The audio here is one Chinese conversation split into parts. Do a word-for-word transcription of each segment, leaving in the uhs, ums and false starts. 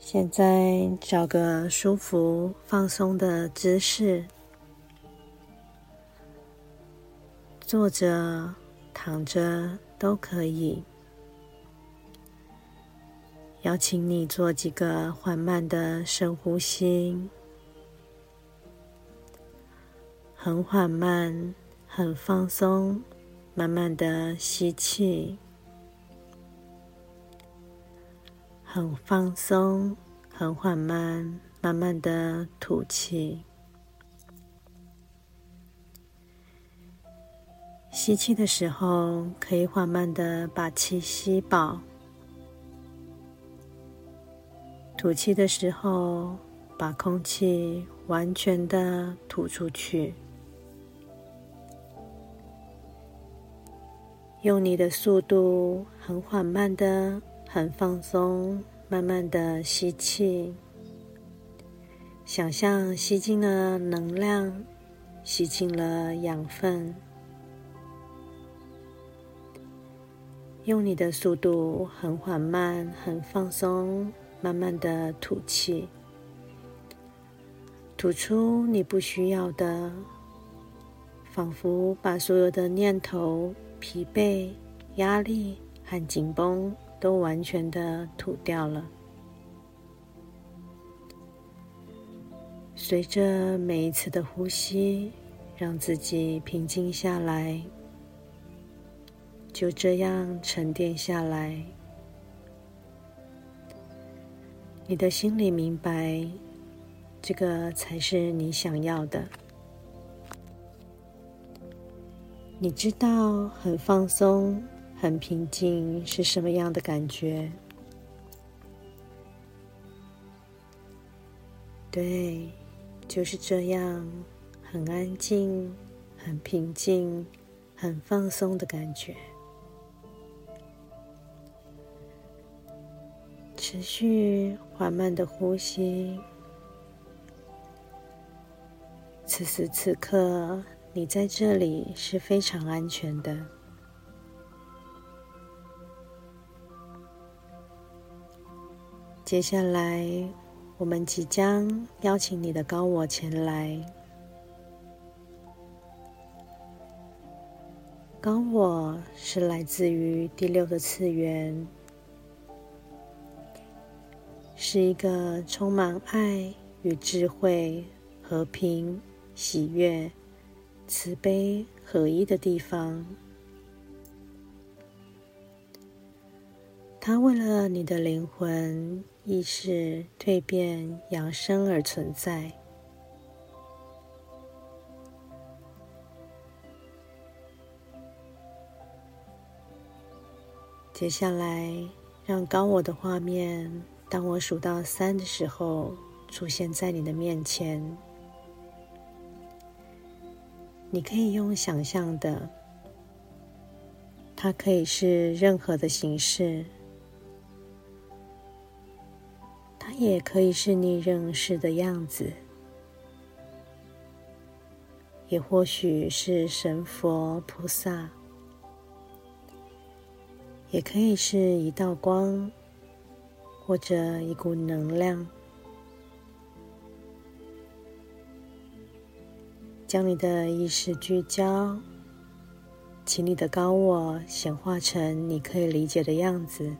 现在找个舒服放松的姿势，坐着躺着都可以。邀请你做几个缓慢的深呼吸，很缓慢，很放松，慢慢的吸气，很放松，很缓慢，慢慢的吐气。吸气的时候，可以缓慢的把气吸饱；吐气的时候，把空气完全的吐出去。用你的速度，很缓慢的，很放松，慢慢的吸气，想象吸进了能量，吸进了养分。用你的速度，很缓慢，很放松，慢慢的吐气，吐出你不需要的，仿佛把所有的念头、疲惫、压力和紧绷都完全的吐掉了。随着每一次的呼吸，让自己平静下来，就这样沉淀下来。你的心里明白，这个才是你想要的。你知道很放松、很平静是什么样的感觉？对，就是这样，很安静、很平静、很放松的感觉。持续缓慢的呼吸。此时此刻，你在这里是非常安全的。接下来，我们即将邀请你的高我前来。高我是来自于第六个次元，是一个充满爱与智慧、和平、喜悦、慈悲合一的地方。它为了你的灵魂意识蜕变扬升而存在。接下来，让高我的画面，当我数到三的时候，出现在你的面前。你可以用想象的，它可以是任何的形式，它也可以是你认识的样子，也或许是神佛菩萨，也可以是一道光，或者一股能量。将你的意识聚焦，请你的高我显化成你可以理解的样子，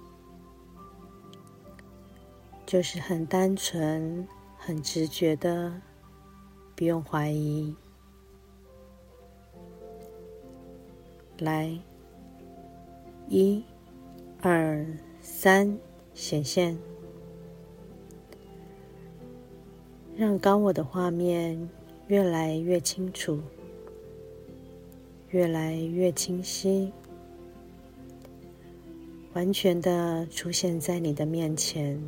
就是很单纯、很直觉的，不用怀疑。来，一、二、三，显现，让高我的画面越来越清楚，越来越清晰，完全的出现在你的面前。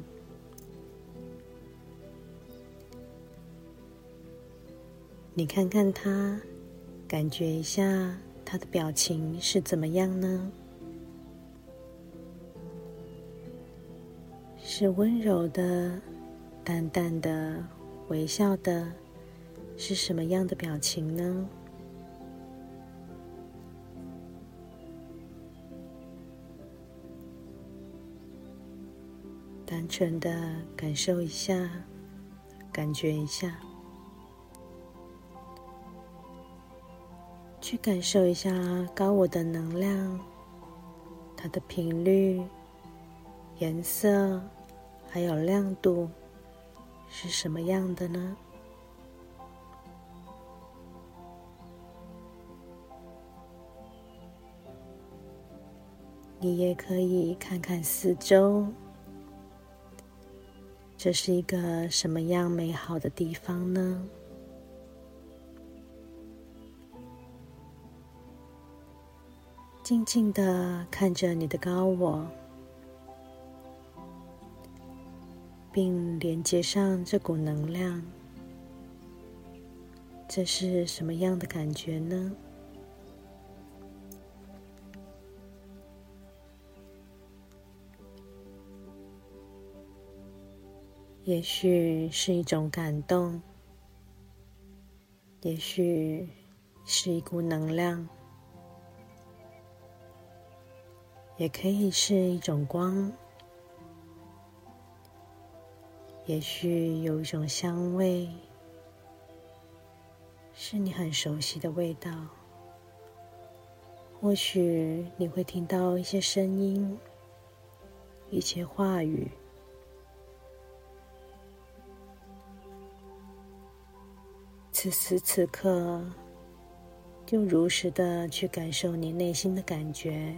你看看他，感觉一下他的表情是怎么样呢？是温柔的、淡淡的、微笑的，是什么样的表情呢？ 单纯的感受一下，感觉一下，去感受一下高我的能量，它的频率、颜色还有亮度是什么样的呢？你也可以看看四周，这是一个什么样美好的地方呢？静静地看着你的高我，并连接上这股能量，这是什么样的感觉呢？也许是一种感动，也许是一股能量，也可以是一种光，也许有一种香味，是你很熟悉的味道。或许你会听到一些声音，一些话语。此时此刻，就如实的去感受你内心的感觉，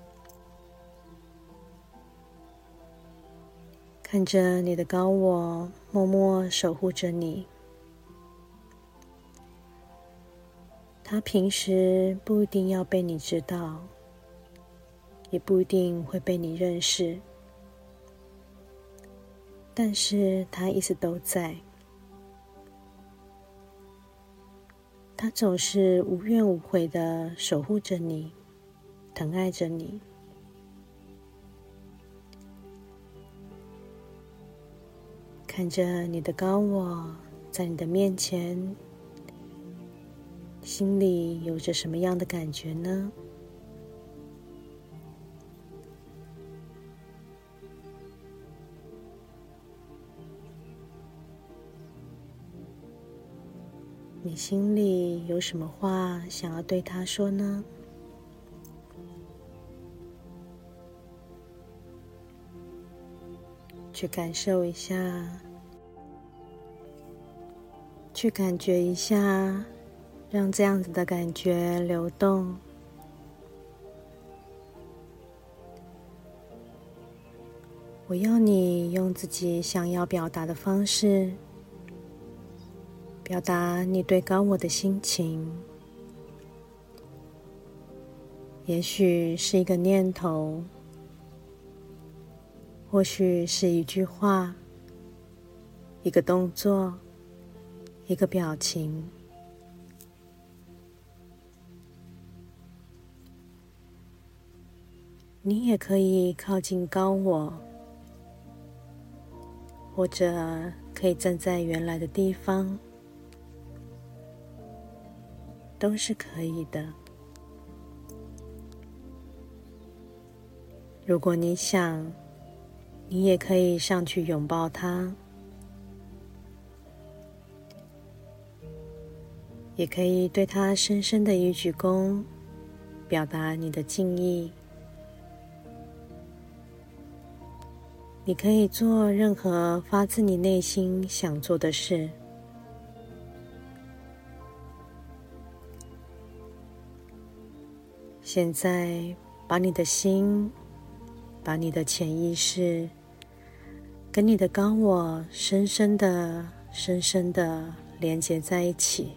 看着你的高我默默守护着你。他平时不一定要被你知道，也不一定会被你认识，但是他一直都在。他总是无怨无悔地守护着你，疼爱着你。看着你的高我在你的面前，心里有着什么样的感觉呢？你心里有什么话想要对他说呢？去感受一下，去感觉一下，让这样子的感觉流动。我要你用自己想要表达的方式，表达你对高我的心情。也许是一个念头，或许是一句话，一个动作，一个表情。你也可以靠近高我，或者可以站在原来的地方，都是可以的。如果你想，你也可以上去拥抱它，也可以对它深深的一鞠躬，表达你的敬意。你可以做任何发自你内心想做的事。现在，把你的心，把你的潜意识，跟你的高我深深的、深深的连接在一起。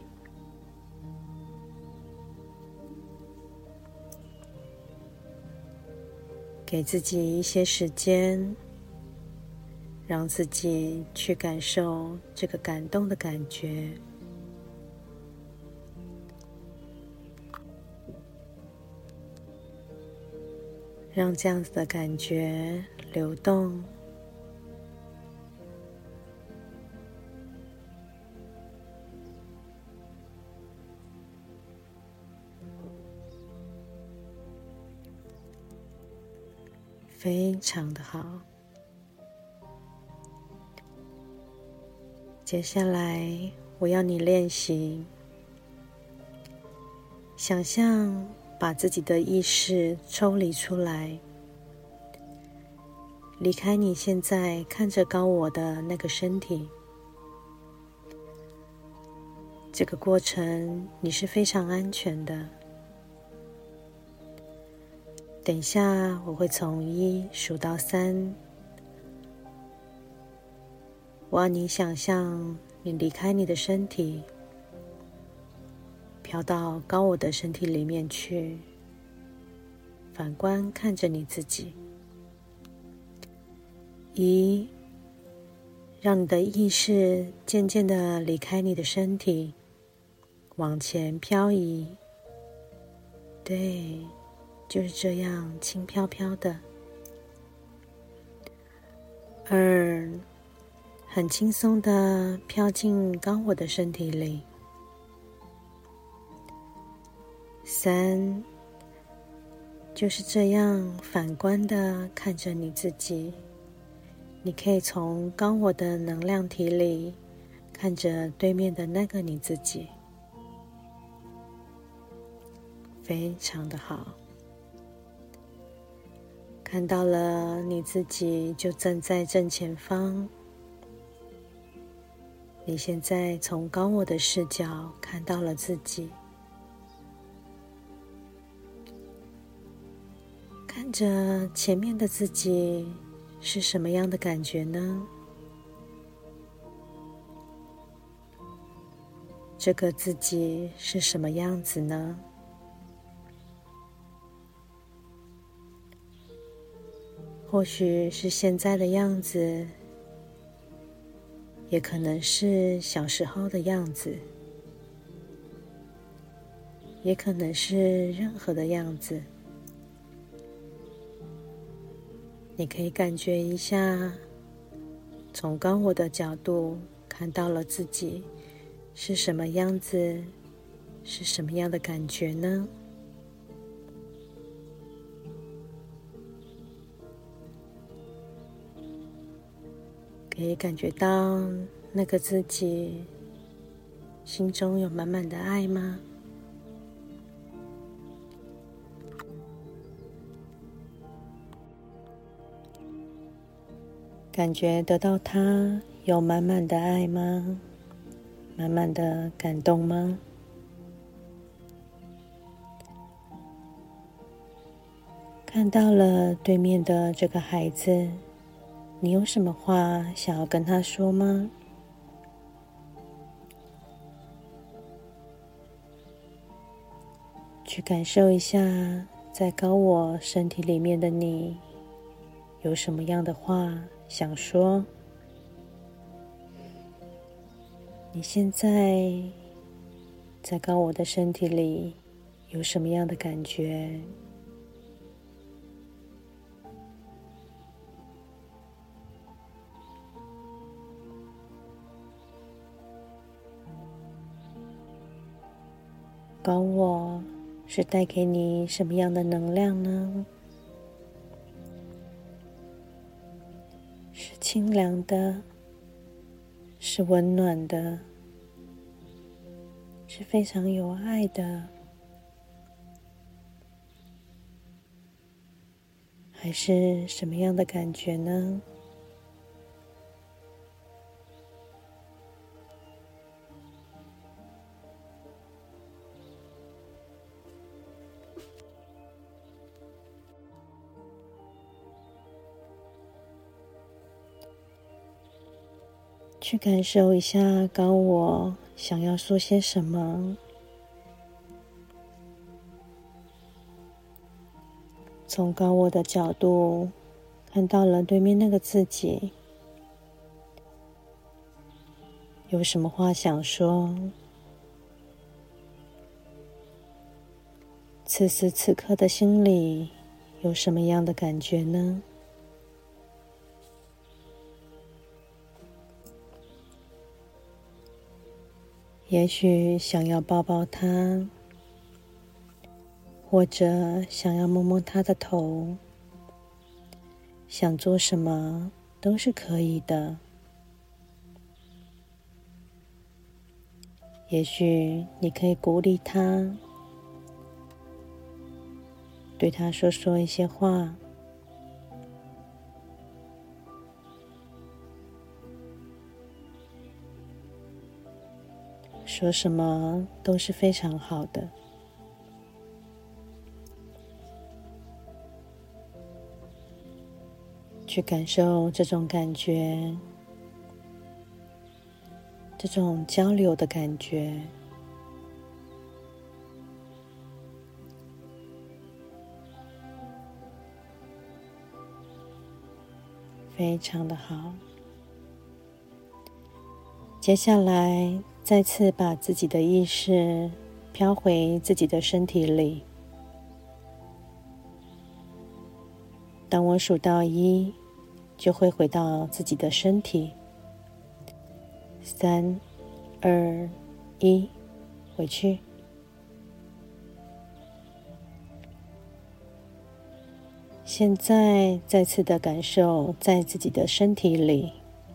给自己一些时间，让自己去感受这个感动的感觉。让这样子的感觉流动，非常的好。 接下来我要你练习想象把自己的意识抽离出来，离开你现在看着高我的那个身体。这个过程你是非常安全的。等一下我会从一数到三，我要你想象你离开你的身体，飘到高我的身体里面去，反观看着你自己。一，让你的意识渐渐地离开你的身体，往前漂移。对，就是这样轻飘飘的。二，很轻松地飘进高我的身体里。三，就是这样反观地看着你自己，你可以从高我的能量体里看着对面的那个你自己，非常的好。看到了你自己就站在正前方，你现在从高我的视角看到了自己，看着前面的自己是什么样的感觉呢？这个自己是什么样子呢？或许是现在的样子，也可能是小时候的样子，也可能是任何的样子。你可以感觉一下，从高我的角度看到了自己是什么样子，是什么样的感觉呢？可以感觉到那个自己心中有满满的爱吗？感觉得到他有满满的爱吗？满满的感动吗？看到了对面的这个孩子，你有什么话想要跟他说吗？去感受一下，在高我身体里面的你，有什么样的话想说？你现在在高我的身体里有什么样的感觉？高我是带给你什么样的能量呢？是清凉的，是温暖的，是非常有爱的，还是什么样的感觉呢？去感受一下高我想要说些什么，从高我的角度看到了对面那个自己，有什么话想说？此时此刻的心里有什么样的感觉呢？也许想要抱抱他，或者想要摸摸他的头，想做什么都是可以的。 也许你可以鼓励他，对他说说一些话，说什么都是非常好的。去感受这种感觉，这种交流的感觉，非常的好。接下来，再次把自己的意识飘回自己的身体里。当我数到一，就会回到自己的身体。三、二、一，回去。现在再次的感受在自己的身体里，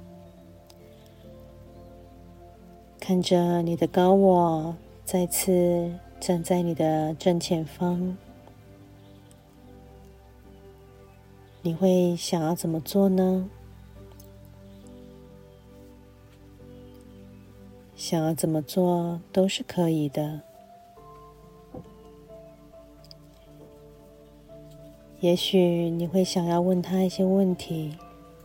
看着你的高我再次站在你的正前方，你会想要怎么做呢？想要怎么做都是可以的。也许你会想要问他一些问题，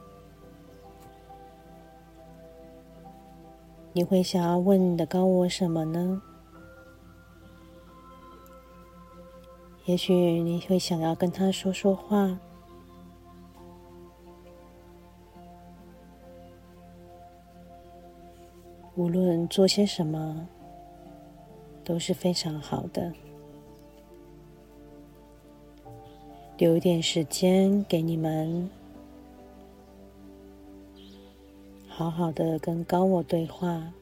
你会想要问你的高我什么呢？也许你会想要跟他说说话，无论做些什么都是非常好的。留一点时间给你们好好的跟高我对话。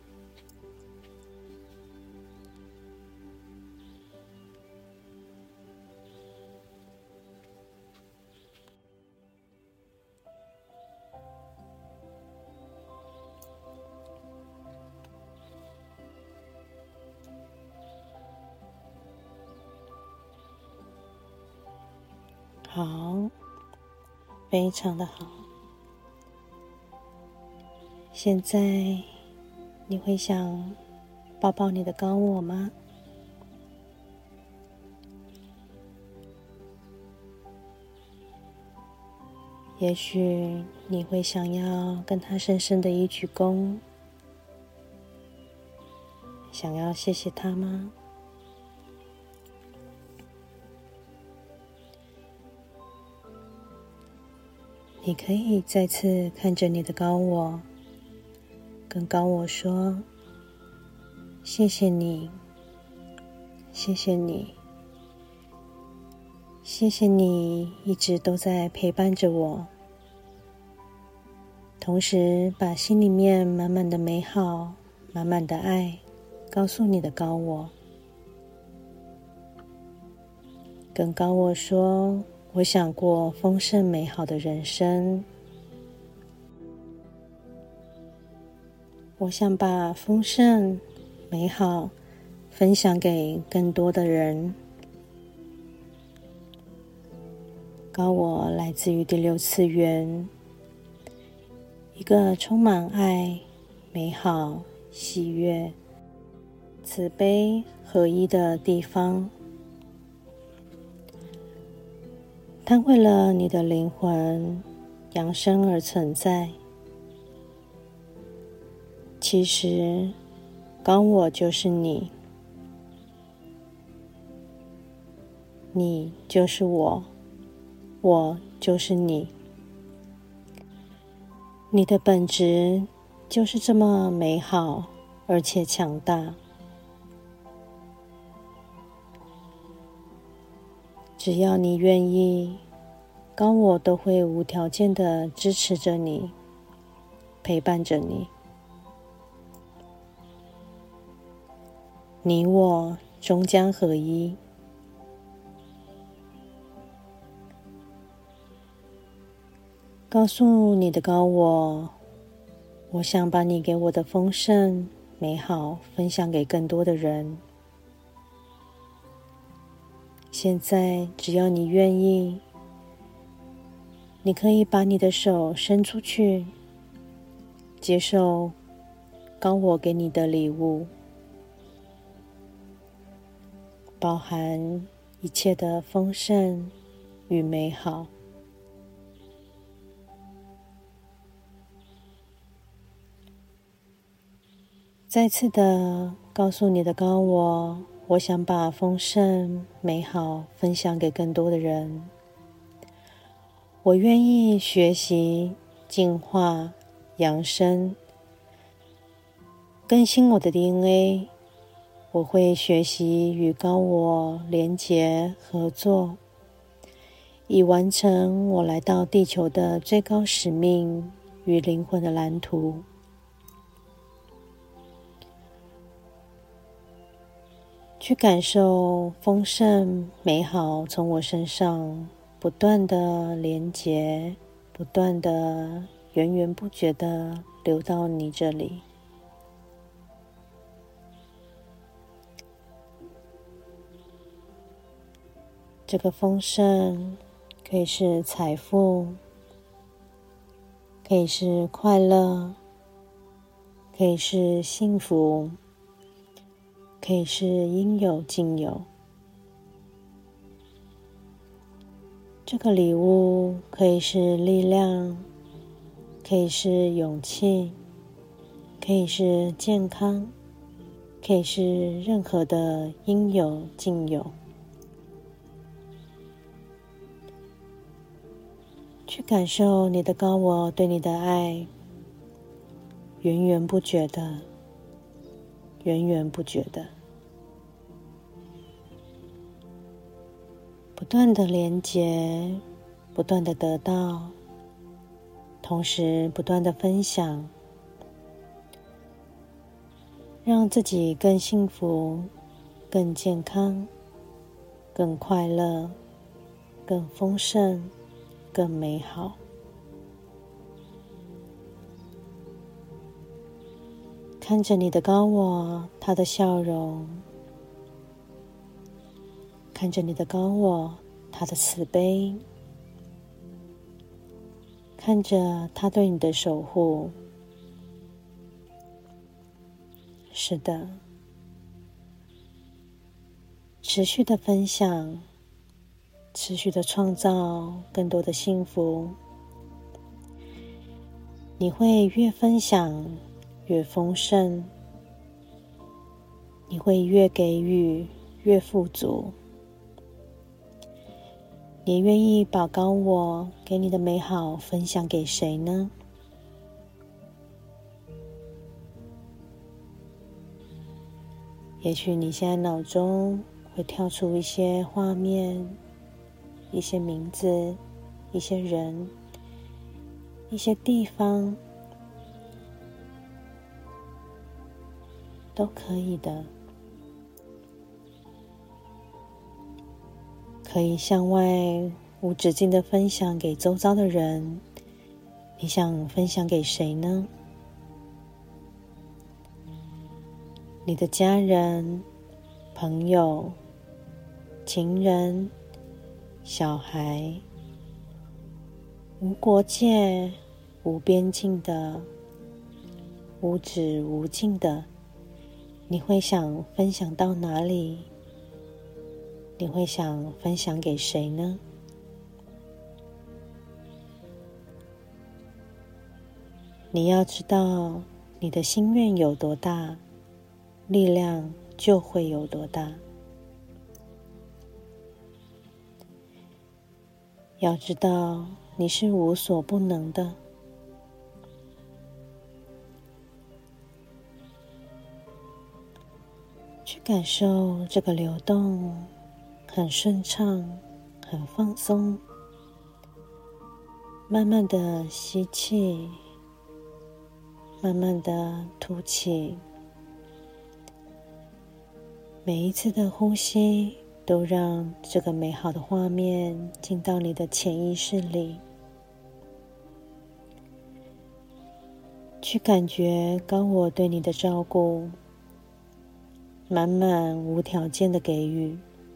好，非常的好。现在你会想抱抱你的高我吗？也许你会想要跟他深深的一鞠躬，想要谢谢他吗？你可以再次看着你的高我，跟高我说：谢谢你，谢谢你，谢谢你一直都在陪伴着我，同时把心里面满满的美好、满满的爱告诉你的高我，跟高我说：我想过丰盛美好的人生，我想把丰盛美好分享给更多的人。高我来自于第六次元，一个充满爱、美好、喜悦、慈悲合一的地方。它为了你的灵魂扬升而存在。其实，高我就是你，你就是我，我就是你。你的本质就是这么美好，而且强大。只要你愿意，高我都会无条件的支持着你，陪伴着你。你我终将合一。告诉你的高我，我想把你给我的丰盛美好分享给更多的人。现在只要你愿意，你可以把你的手伸出去，接受高我给你的礼物，包含一切的丰盛与美好。再次的告诉你的高我，我想把丰盛美好分享给更多的人。我愿意学习进化扬升，更新我的 D N A。 我会学习与高我连结合作，以完成我来到地球的最高使命与灵魂的蓝图。去感受丰盛美好从我身上不断的连结，不断的源源不绝的流到你这里。这个丰盛可以是财富，可以是快乐，可以是幸福，可以是应有尽有。这个礼物可以是力量，可以是勇气，可以是健康，可以是任何的应有尽有。去感受你的高我对你的爱，源源不绝的，源源不绝的，不断的连结，不断的得到，同时不断的分享，让自己更幸福，更健康，更快乐，更丰盛，更美好。看着你的高我，他的笑容，看着你的高我，他的慈悲，看着他对你的守护。是的，持续的分享，持续的创造更多的幸福。你会越分享越丰盛，你会越给予越富足。你愿意把高我给你的美好分享给谁呢？也许你现在脑中会跳出一些画面，一些名字，一些人，一些地方，都可以的。可以向外无止境的分享给周遭的人。你想分享给谁呢？你的家人、朋友、情人、小孩，无国界、无边境的，无止无尽的，你会想分享到哪里？你会想分享给谁呢？你要知道，你的心愿有多大，力量就会有多大。要知道，你是无所不能的。去感受这个流动，很顺畅，很放松。慢慢的吸气，慢慢的吐气。每一次的呼吸都让这个美好的画面进到你的潜意识里， 去感觉高我对你的照顾，满满无条件的给予。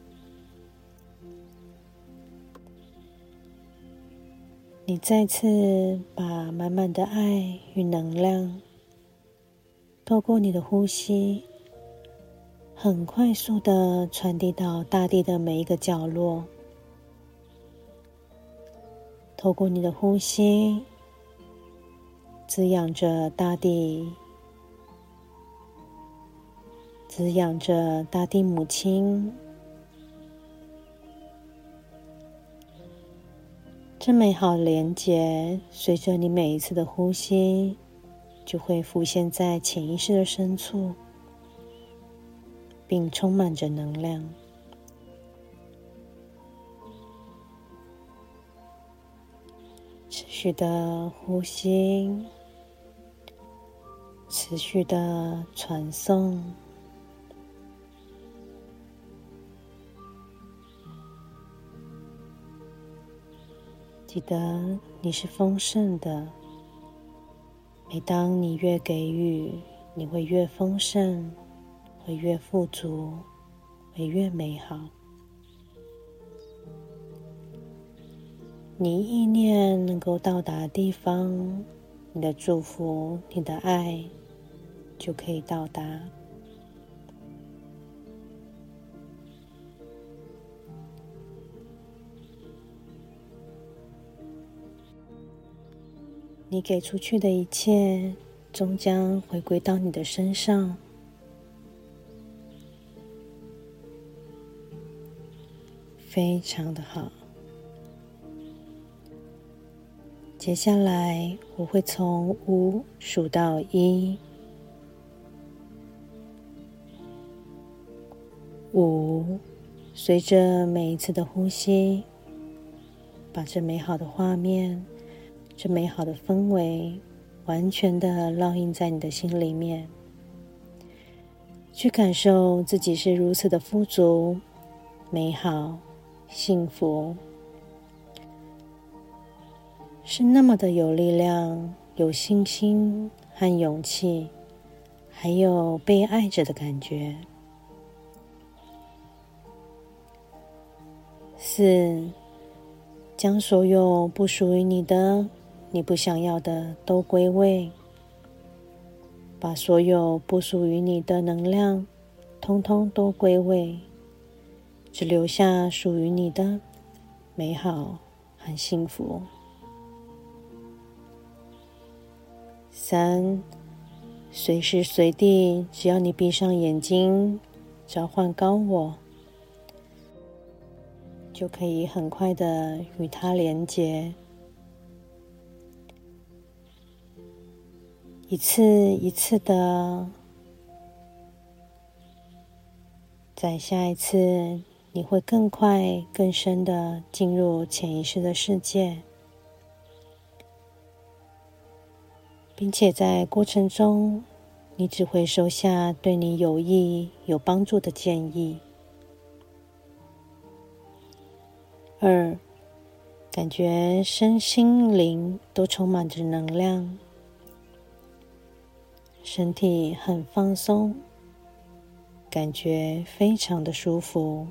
你再次把满满的爱与能量透过你的呼吸，很快速地传递到大地的每一个角落。透过你的呼吸，滋养着大地，滋养着大地母亲。这美好的连结，随着你每一次的呼吸，就会浮现在潜意识的深处，并充满着能量。持续的呼吸，持续的传送。记得你是丰盛的，每当你越给予，你会越丰盛，会越富足，会越美好。你意念能够到达的地方，你的祝福，你的爱就可以到达。你给出去的一切，终将回归到你的身上。非常的好。接下来我会从五数到一，五，随着每一次的呼吸，把这美好的画面，这美好的氛围，完全的烙印在你的心里面，去感受自己是如此的富足、美好、幸福，是那么的有力量、有信心和勇气，还有被爱着的感觉。四，将所有不属于你的、你不想要的都归位，把所有不属于你的能量通通都归位，只留下属于你的美好和幸福。三，随时随地，只要你闭上眼睛，召唤高我，就可以很快的与它连结，一次一次的，在下一次你会更快更深的进入潜意识的世界，并且在过程中你只会收下对你有益有帮助的建议。二，感觉身心灵都充满着能量，身体很放松，感觉非常的舒服。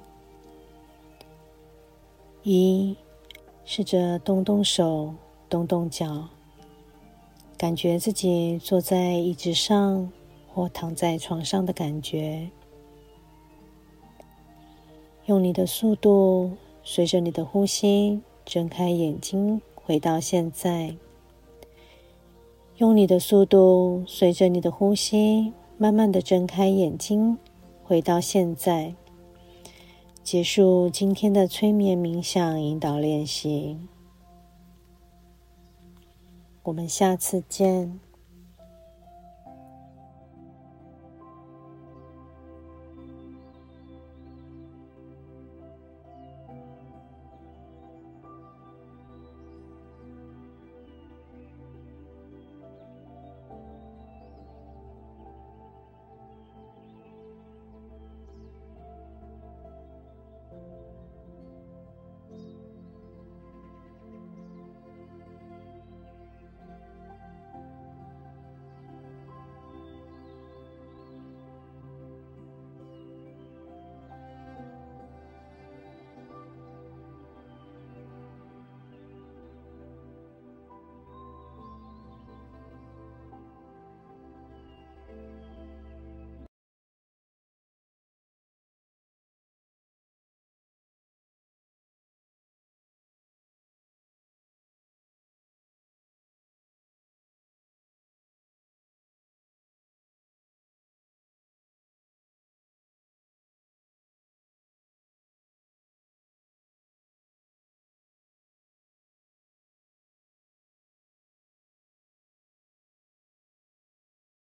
一，试着动动手，动动脚，感觉自己坐在椅子上或躺在床上的感觉。用你的速度，随着你的呼吸，睁开眼睛，回到现在。用你的速度，随着你的呼吸，慢慢的睁开眼睛，回到现在。结束今天的催眠冥想引导练习。我们下次见。